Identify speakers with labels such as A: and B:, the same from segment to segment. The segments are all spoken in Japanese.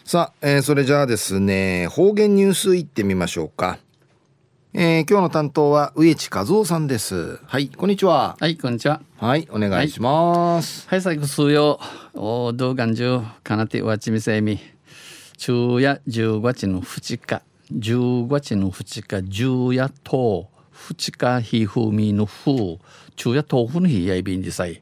A: さあ、それじゃあですね、方言ニュースいってみましょうか。今日の担当は植地和夫さんです。はい、こんにちは。
B: はい、こんにちは。
A: はい、お願いします。
B: はい、最後数曜動画中かなてわちみせみ昼夜10月の2日10月の2日10夜と2日ひふみのふ昼夜豆腐の日やいびんでさい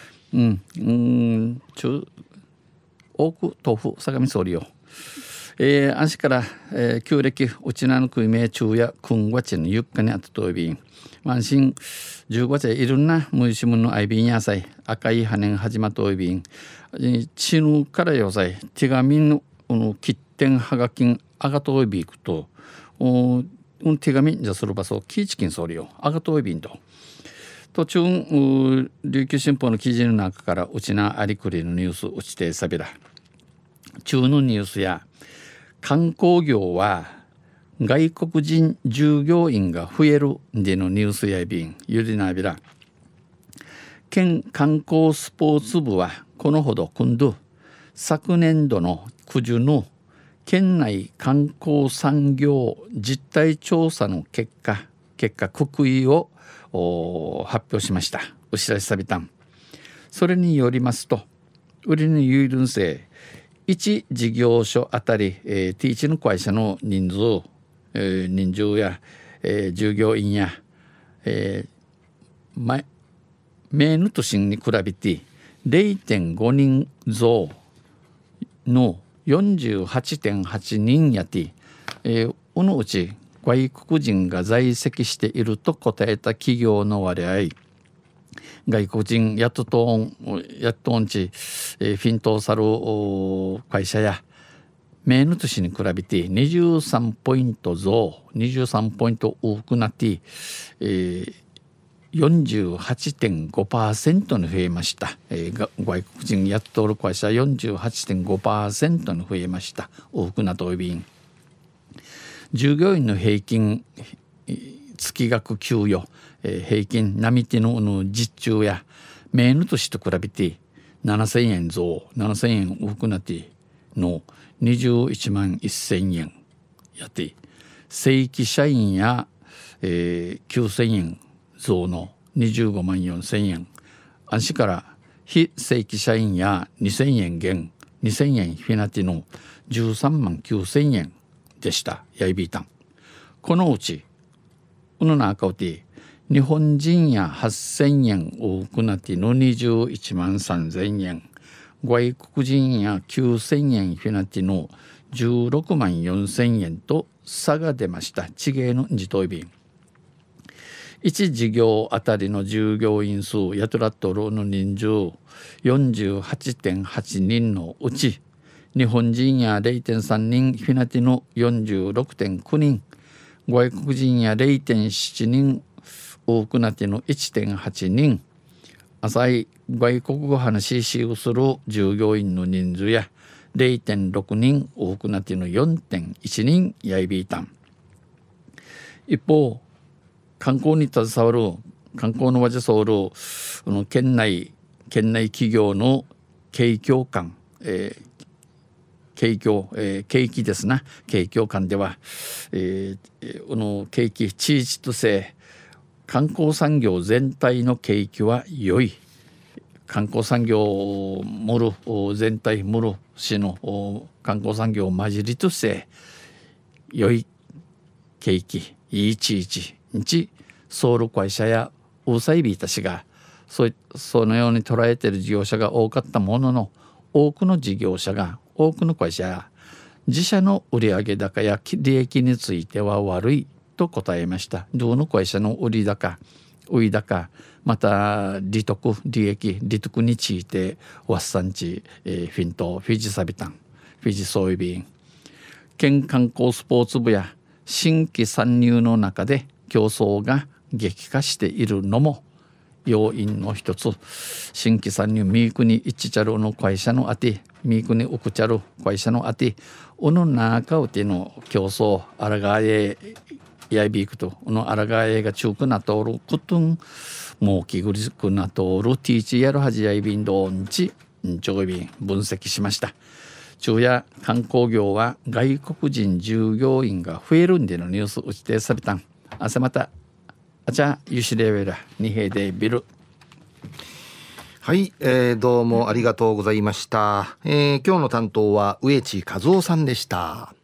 B: 多く豆腐相模総理よ安心から、旧暦うちなのくいめ昼夜今月のゆっかにあったといびん安心15月いろんな無いしむのあいびんやさい赤い羽始まといびんちぬからよさい手紙の切手はがきんあがといびくと手紙じゃする場所キーチキン総理よあがといびんと途中琉球新報の記事の中からうちなありくりのニュースうちてさびら中のニュースや観光業は外国人従業員が増えるでのニュースやびんゆりなびら県観光スポーツ部はこのほど今度昨年度の九十の県内観光産業実態調査の結果国意を発表しました。お知らせさびたん。それによりますと売りの有論性1事業所あたり、T1 の会社の人数や、従業員や、前の年に比べて 0.5 人増の 48.8 人やて、このうち外国人が在籍していると答えた企業の割合外国人やっとんち、フィントーサル会社や前の年に比べて23ポイント増23ポイント多くなって、48.5% に増えました、外国人やっとる会社 48.5% に増えました多くなといびん従業員の平均月額給与平均並手の実中や前の年と比べて7000円増7000円多くなっての21万1000円やって正規社員や、9000円増の25万4000円安心から非正規社員や2000円減2000円フィナティの13万9000円でしたやいびいたんこのうちこの中で日本人や8000円多くなっての21万3000円外国人や9000円フィナティの16万4000円と差が出ました地芸の自動便1事業あたりの従業員数やとらっとるの人数 48.8 人のうち日本人や 0.3 人フィナティの 46.9 人外国人や 0.7 人多くなっての 1.8 人浅い外国語話しをする従業員の人数や 0.6 人多くなっての 4.1 人やいびいたん一方観光に携わる観光のわじそうる県内企業の景況感、景気ですな景況感では、景気地域として観光産業全体の景気は良い観光産業もる全体もる市の観光産業を混じりとして良い景気いい地域にソウル会社やウーサイビーたちがそのように捉えている事業者が多かったものの多くの事業者が多くの会社や自社の売上高や利益については悪いと答えました。どの会社の売高また利得利益利得についてワッサンチ、フィントフィジサビタンフィジソイビン県観光スポーツ部や新規参入の中で競争が激化しているのも要因の一つ新規参入ミークに一チャルの会社のあてミークにウクチャル会社のあておの中うての競争あらがえやいびくとおのあらがえが中くなとおることんもうきぐりくなとおるティーチやるはじやいびんどんちんちょいびん分析しました昼夜観光業は外国人従業員が増えるんでのニュース打ち定されたん。朝またあちゃゆしレベル二平でビル。
A: はい、どうもありがとうございました。今日の担当は植地和夫さんでした。